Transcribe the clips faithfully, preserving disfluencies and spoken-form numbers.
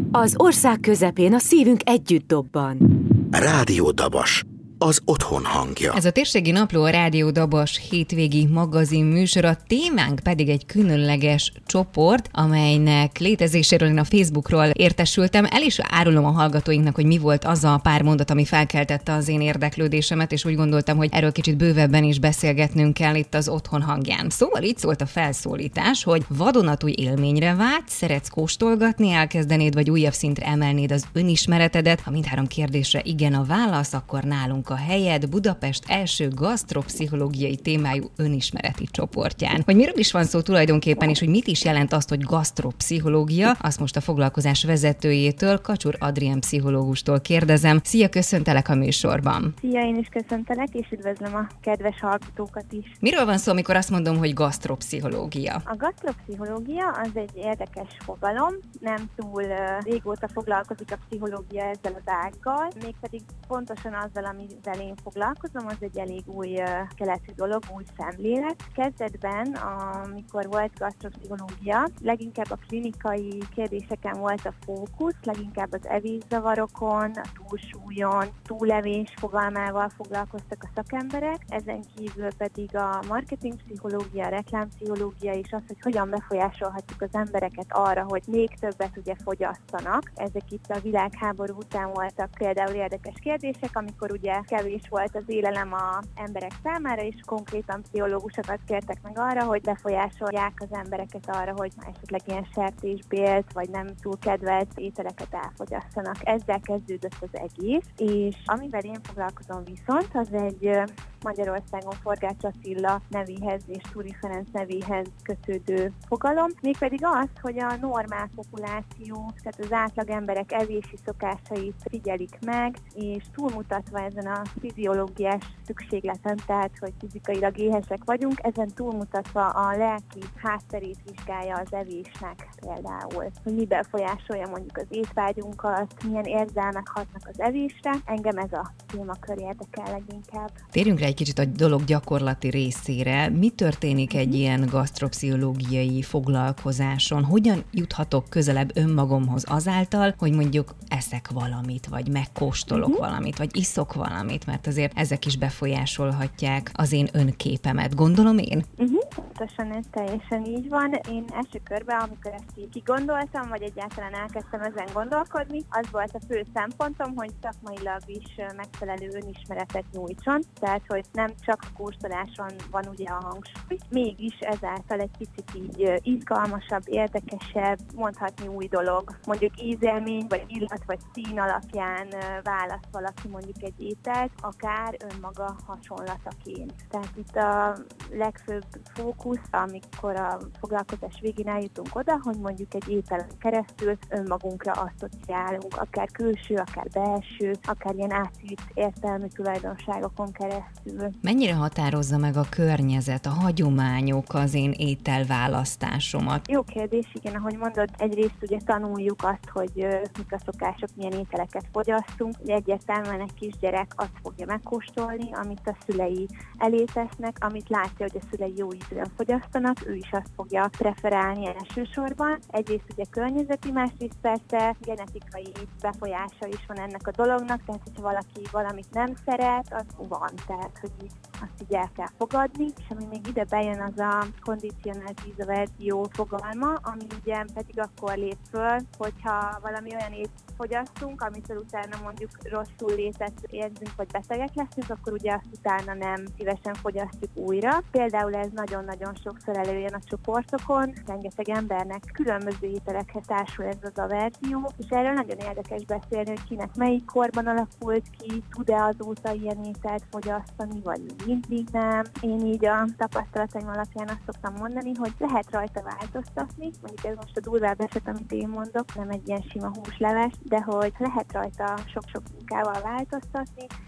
Az ország közepén a szívünk együtt dobban. Rádió Dabas, az otthon hangja. Ez a térségi napló a Rádió Dabas hétvégi magazin műsora, témánk pedig egy különleges csoport, amelynek létezéséről én a Facebookról értesültem. El is árulom a hallgatóinknak, hogy mi volt az a pár mondat, ami felkeltette az én érdeklődésemet, és úgy gondoltam, hogy erről kicsit bővebben is beszélgetnünk kell itt az otthon hangján. Szóval így szólt a felszólítás, hogy vadonatúj élményre vágysz, szeretsz kóstolgatni, elkezdenéd vagy újabb szintre emelnéd az önismeretedet. Ha mindhárom kérdésre igen a válasz, akkor nálunk a helyed Budapest első gasztropszichológiai témájú önismereti csoportján. Hogy miről is van szó tulajdonképpen, és hogy mit is jelent azt, hogy gasztropszichológia, azt most a foglalkozás vezetőjétől, Kacsur Adrián pszichológustól kérdezem. Szia, köszöntelek a műsorban. Szia, én is köszöntelek, és üdvözlöm a kedves hallgatókat is. Miről van szó, amikor azt mondom, hogy gasztropszichológia? A gasztropszichológia az egy érdekes fogalom, nem túl uh, régóta foglalkozik a pszichológia ezzel az ággal, mégpedig pontosan azzal, amivel én foglalkozom, az egy elég új uh, keletű dolog, új szemlélet. Kezdetben, amikor volt gasztropszichológia, leginkább a klinikai kérdéseken volt a fókusz, leginkább az evészavarokon, a túlsúlyon, túlevés fogalmával foglalkoztak a szakemberek, ezen kívül pedig a marketingpszichológia, a reklámpszichológia és az, hogy hogyan befolyásolhatjuk az embereket arra, hogy még többet ugye fogyasszanak. Ezek itt a világháború után voltak például érdekes kérdések, amikor ugye kevés volt az élelem az emberek számára, és konkrétan pszichológusokat kértek meg arra, hogy befolyásolják az embereket arra, hogy esetleg ilyen sertésbélt, vagy nem túl kedvelt ételeket elfogyasszanak. Ezzel kezdődött az egész, és amivel én foglalkozom viszont, az egy Magyarországon Forgács Attila nevéhez és Turi Ferenc nevéhez kötődő fogalom, mégpedig az, hogy a normál populáció, tehát az átlag emberek evési szokásait figyelik meg, és túlmutatva ezen a fiziológiás szükségleten, tehát hogy fizikailag éhesek vagyunk, ezen túlmutatva a lelki hátterét vizsgálja az evésnek például, hogy mi befolyásolja mondjuk az étvágyunkat, milyen érzelmek hatnak az evésre. Engem ez a témakör érdekel leginkább. Térjünk rá egy kicsit a dolog gyakorlati részére. Mi történik egy ilyen gasztropszichológiai foglalkozáson? Hogyan juthatok közelebb önmagamhoz azáltal, hogy mondjuk eszek valamit, vagy megkóstolok uh-huh. valamit, vagy iszok valamit, mert azért ezek is befolyásolhatják az én önképemet. Gondolom én? Uh-huh. Pontosan ez teljesen így van. Én első körben, amikor ezt így kigondoltam, vagy egyáltalán elkezdtem ezen gondolkodni, az volt a fő szempontom, hogy szakmailag is megfelelő önismeretet nyújtson, tehát hogy nem csak a kóstoláson van ugye a hangsúly, mégis ezáltal egy picit így izgalmasabb, érdekesebb, mondhatni új dolog. Mondjuk ízélmény, vagy illat, vagy szín alapján választ valaki mondjuk egy ételt, akár önmaga hasonlataként. Tehát itt a legfőbb fókusz, amikor a foglalkozás végén eljutunk oda, hogy mondjuk egy ételen keresztül önmagunkra asszociálunk, akár külső, akár belső, akár ilyen átvitt értelmi tulajdonságokon keresztül. Mennyire határozza meg a környezet, a hagyományok az én ételválasztásomat? Jó kérdés, igen, ahogy mondod, egyrészt ugye tanuljuk azt, hogy uh, mik a szokások, milyen ételeket fogyasztunk. Ugye egyértelműen egy kisgyerek azt fogja megkóstolni, amit a szülei elé tesznek, amit látja, hogy a szülei jó ízűen fogyasztanak, ő is azt fogja preferálni elsősorban. Egyrészt ugye környezeti, másrészt persze genetikai befolyása is van ennek a dolognak, tehát hogyha valaki valamit nem szeret, az van, tehát hogy azt így el kell fogadni, és ami még ide bejön, az a kondicionált ízaverzió fogalma, ami ugye pedig akkor lép föl, hogyha valami olyan ét fogyasztunk, amitől utána mondjuk rosszul létet érzünk, vagy betegek leszünk, akkor ugye azt utána nem szívesen fogyasztjuk újra. Például ez nagyon-nagyon sokszor előjön a csoportokon, rengeteg embernek különböző ételekhez társul ez az averzió, és erről nagyon érdekes beszélni, hogy kinek melyik korban alakult ki, tud-e azóta ilyen ételt fogyasztani, vagy mindig nem. Én így a tapasztalataim alapján azt szoktam mondani, hogy lehet rajta változtatni, mondjuk ez most a durvább eset, amit én mondok, nem egy ilyen sima húsleves, de hogy lehet rajta sok-sok munkával változtatni,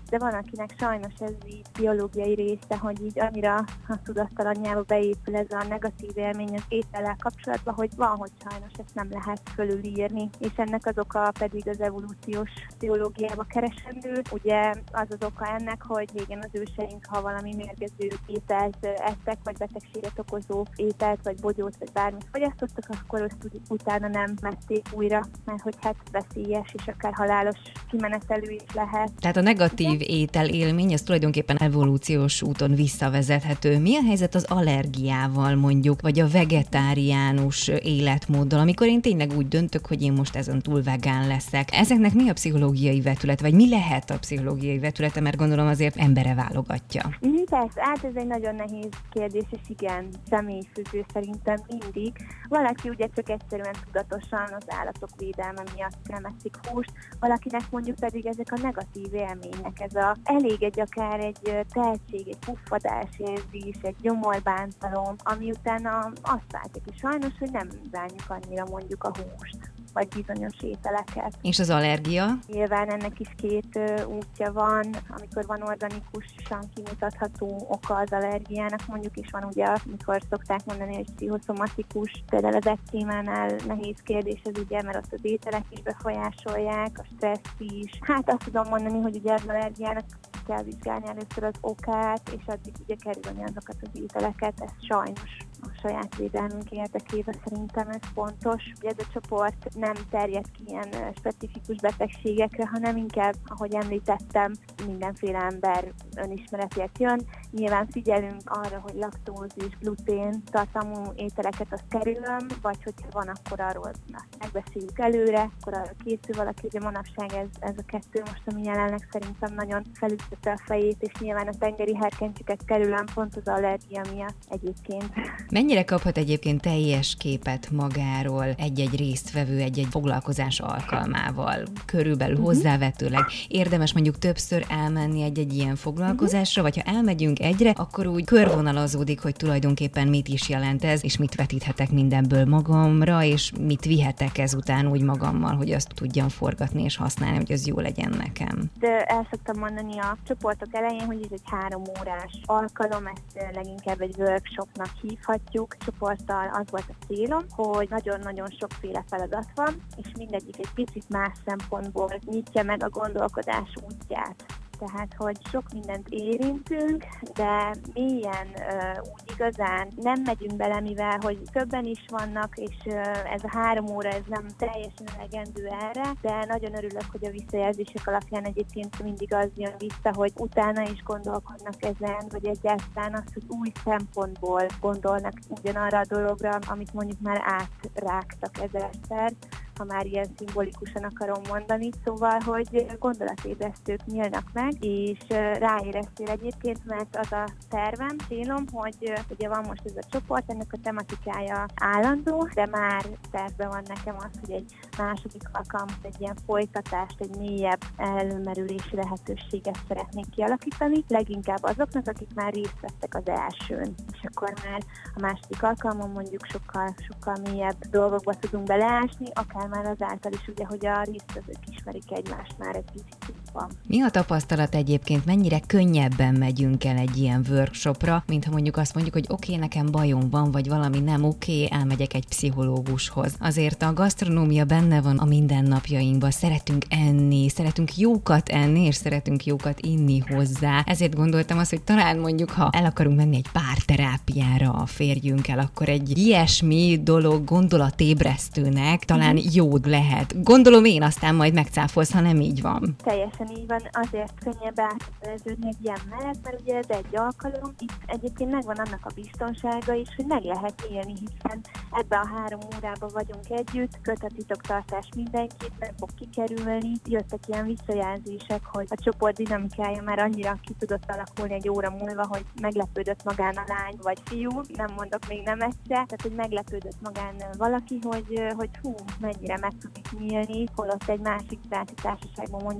de van, akinek sajnos ez így biológiai része, hogy így annyira a tudattalannyába beépül ez a negatív élmény az étellel kapcsolatban, hogy van, hogy sajnos ezt nem lehet fölülírni, és ennek az oka pedig az evolúciós biológiába keresendő. Ugye az az oka ennek, hogy régen az őseink, ha valami mérgező ételt ettek, vagy betegséget okozó ételt, vagy bogyót, vagy bármit fogyasztottak, akkor azt úgy, utána nem mették újra, mert hogy hát veszélyes, és akár halálos kimenetelő is lehet. Tehát a negatív étel élmény, ez tulajdonképpen evolúciós úton visszavezethető. Mi a helyzet az allergiával mondjuk, vagy a vegetáriánus életmóddal, amikor én tényleg úgy döntök, hogy én most ezen túl vegán leszek. Ezeknek mi a pszichológiai vetület, vagy mi lehet a pszichológiai vetülete, mert gondolom azért embere válogatja. Mm, persze, hát ez egy nagyon nehéz kérdés, és igen, személyfüggő szerintem mindig. Valaki ugye csak egyszerűen tudatosan az állatok védelme miatt nem eszik húst, valakinek mondjuk pedig ezek a negatív élmények, ez a elég egy akár egy teltség, egy puffadás érzés, egy gyomorbántalom, ami utána azt váltja ki sajnos, hogy nem bánjuk annyira mondjuk a húst, vagy bizonyos ételeket. És az allergia? Nyilván ennek is két uh, útja van, amikor van organikusan kimutatható oka az allergiának, mondjuk is van ugye, amikor szokták mondani, hogy pszichoszomatikus, például az ekcémánál nehéz kérdés ez ugye, mert ott az ételek is befolyásolják, a stressz is. Hát azt tudom mondani, hogy ugye az allergiának kell vizsgálni először az okát, és addig ugye kerülni azokat az ételeket, ez sajnos a saját védelmünk érdekében szerintem ez fontos. Ugye ez a csoport nem terjed ki ilyen specifikus betegségekre, hanem inkább, ahogy említettem, mindenféle ember önismeretért jön. Nyilván figyelünk arra, hogy laktóz és glutén tartalmú ételeket azt kerülöm, vagy hogyha van, akkor arról azt megbeszéljük előre, akkor arra készül valaki, ugye manapság ez, ez a kettő most, ami jelenleg szerintem nagyon felütötte a fejét, és nyilván a tengeri herkencseket kerülöm pont az allergia miatt egyébként. Mennyire kaphat egyébként teljes képet magáról egy-egy résztvevő egy-egy foglalkozás alkalmával? Körülbelül uh-huh. hozzávetőleg érdemes mondjuk többször elmenni egy-egy ilyen foglalkozásra, uh-huh. vagy ha elmegyünk egyre, akkor úgy körvonalazódik, hogy tulajdonképpen mit is jelent ez, és mit vetíthetek mindenből magamra, és mit vihetek ezután úgy magammal, hogy azt tudjam forgatni és használni, hogy az jó legyen nekem. De el szoktam mondani a csoportok elején, hogy ez egy három órás alkalom, ezt leginkább egy workshopnak hívhatjuk. Csoporttal az volt a célom, hogy nagyon-nagyon sokféle feladat van, és mindegyik egy picit más szempontból nyitja meg a gondolkodás útját. Tehát, hogy sok mindent érintünk, de mélyen uh, úgy igazán nem megyünk bele, mivel hogy többen is vannak, és uh, ez a három óra ez nem teljesen elegendő erre, de nagyon örülök, hogy a visszajelzések alapján egyébként mindig az jön vissza, hogy utána is gondolkodnak ezen, vagy egyáltalán azt, hogy új szempontból gondolnak ugyanarra a dologra, amit mondjuk már átrágtak ezerszer, ha már ilyen szimbolikusan akarom mondani, szóval, hogy gondolatébresztők nyílnak meg, és ráéreztél egyébként, mert az a tervem, célom, hogy ugye van most ez a csoport, ennek a tematikája állandó, de már tervben van nekem az, hogy egy második alkalmat, egy ilyen folytatást, egy mélyebb előmerülési lehetőséget szeretnék kialakítani, leginkább azoknak, akik már részt vettek az elsőn, és akkor már a második alkalmon mondjuk sokkal, sokkal mélyebb dolgokba tudunk beleásni, akár már azáltal is ugye, hogy a résztvevők ismerik egymást már egy kicsit jobban. Mi a tapasztalat egyébként, mennyire könnyebben megyünk el egy ilyen workshopra, mint ha mondjuk azt mondjuk, hogy oké, okay, nekem bajom van, vagy valami nem oké, okay, elmegyek egy pszichológushoz. Azért a gasztronómia benne van a mindennapjainkban, szeretünk enni, szeretünk jókat enni, és szeretünk jókat inni hozzá. Ezért gondoltam azt, hogy talán mondjuk, ha el akarunk menni egy párterápiára a férjünkkel, akkor egy ilyesmi dolog gondolatébresztőnek talán jó lehet. Gondolom én, aztán majd megcáfolsz, ha nem így van. Teljesen így van, azért könnyebb átveződni egy ilyen mellett, mert ugye ez egy alkalom. Itt egyébként megvan annak a biztonsága is, hogy meg lehet élni, hiszen ebbe a három órába vagyunk együtt, köt a titoktartás mindenkit, meg fog kikerülni. Jöttek ilyen visszajelzések, hogy a csoport dinamikája már annyira ki tudott alakulni egy óra múlva, hogy meglepődött magán a lány vagy fiú, nem mondok még nemet se, tehát hogy meglepődött magán valaki, hogy, hogy hú, mennyire meg tud itt nyílni, holott egy másik baráti társaságban mondjuk, hogy egy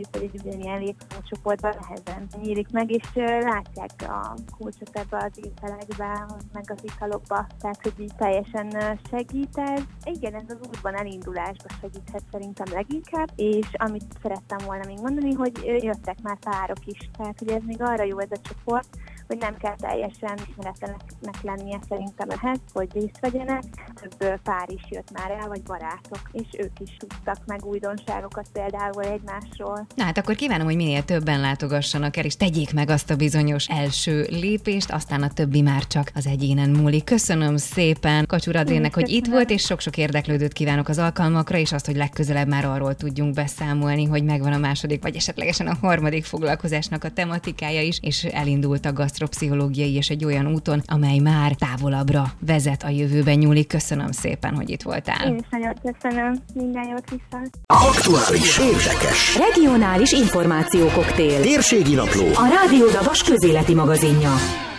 egy ilyen létszámcsoportban nehezen nyílik meg, és látják a kulcsot ebbe az ételekbe, meg az italokba, tehát hogy így teljesen segít ez. Igen, ez az útban elindulásba segíthet szerintem leginkább, és amit szerettem volna még mondani, hogy jöttek már párok is, tehát hogy ez még arra jó ez a csoport, hogy nem kell teljesen ismeretlenek lennie szerintem ehhez, hogy részt vegyenek. Több pár is jött már el, vagy barátok, és ők is tudtak meg újdonságokat például egymásról. Na hát akkor kívánom, hogy minél többen látogassanak el, és tegyék meg azt a bizonyos első lépést, aztán a többi már csak az egyénen múlik. Köszönöm szépen Kacsur Adriennek, hogy itt volt, és sok-sok érdeklődőt kívánok az alkalmakra, és azt, hogy legközelebb már arról tudjunk beszámolni, hogy megvan a második, vagy esetlegesen a harmadik foglalkozásnak a tematikája is, és elindult a gasztropszichológiai és egy olyan úton, amely már távolabbra vezet, a jövőben nyúlik. Köszönöm szépen, hogy itt voltál. Én is nagyon köszönöm. Minden jót vissza. Aktuális, érdekes, Regionális információkoktél. térségi napló. A Rádió Dabas közéleti magazinja.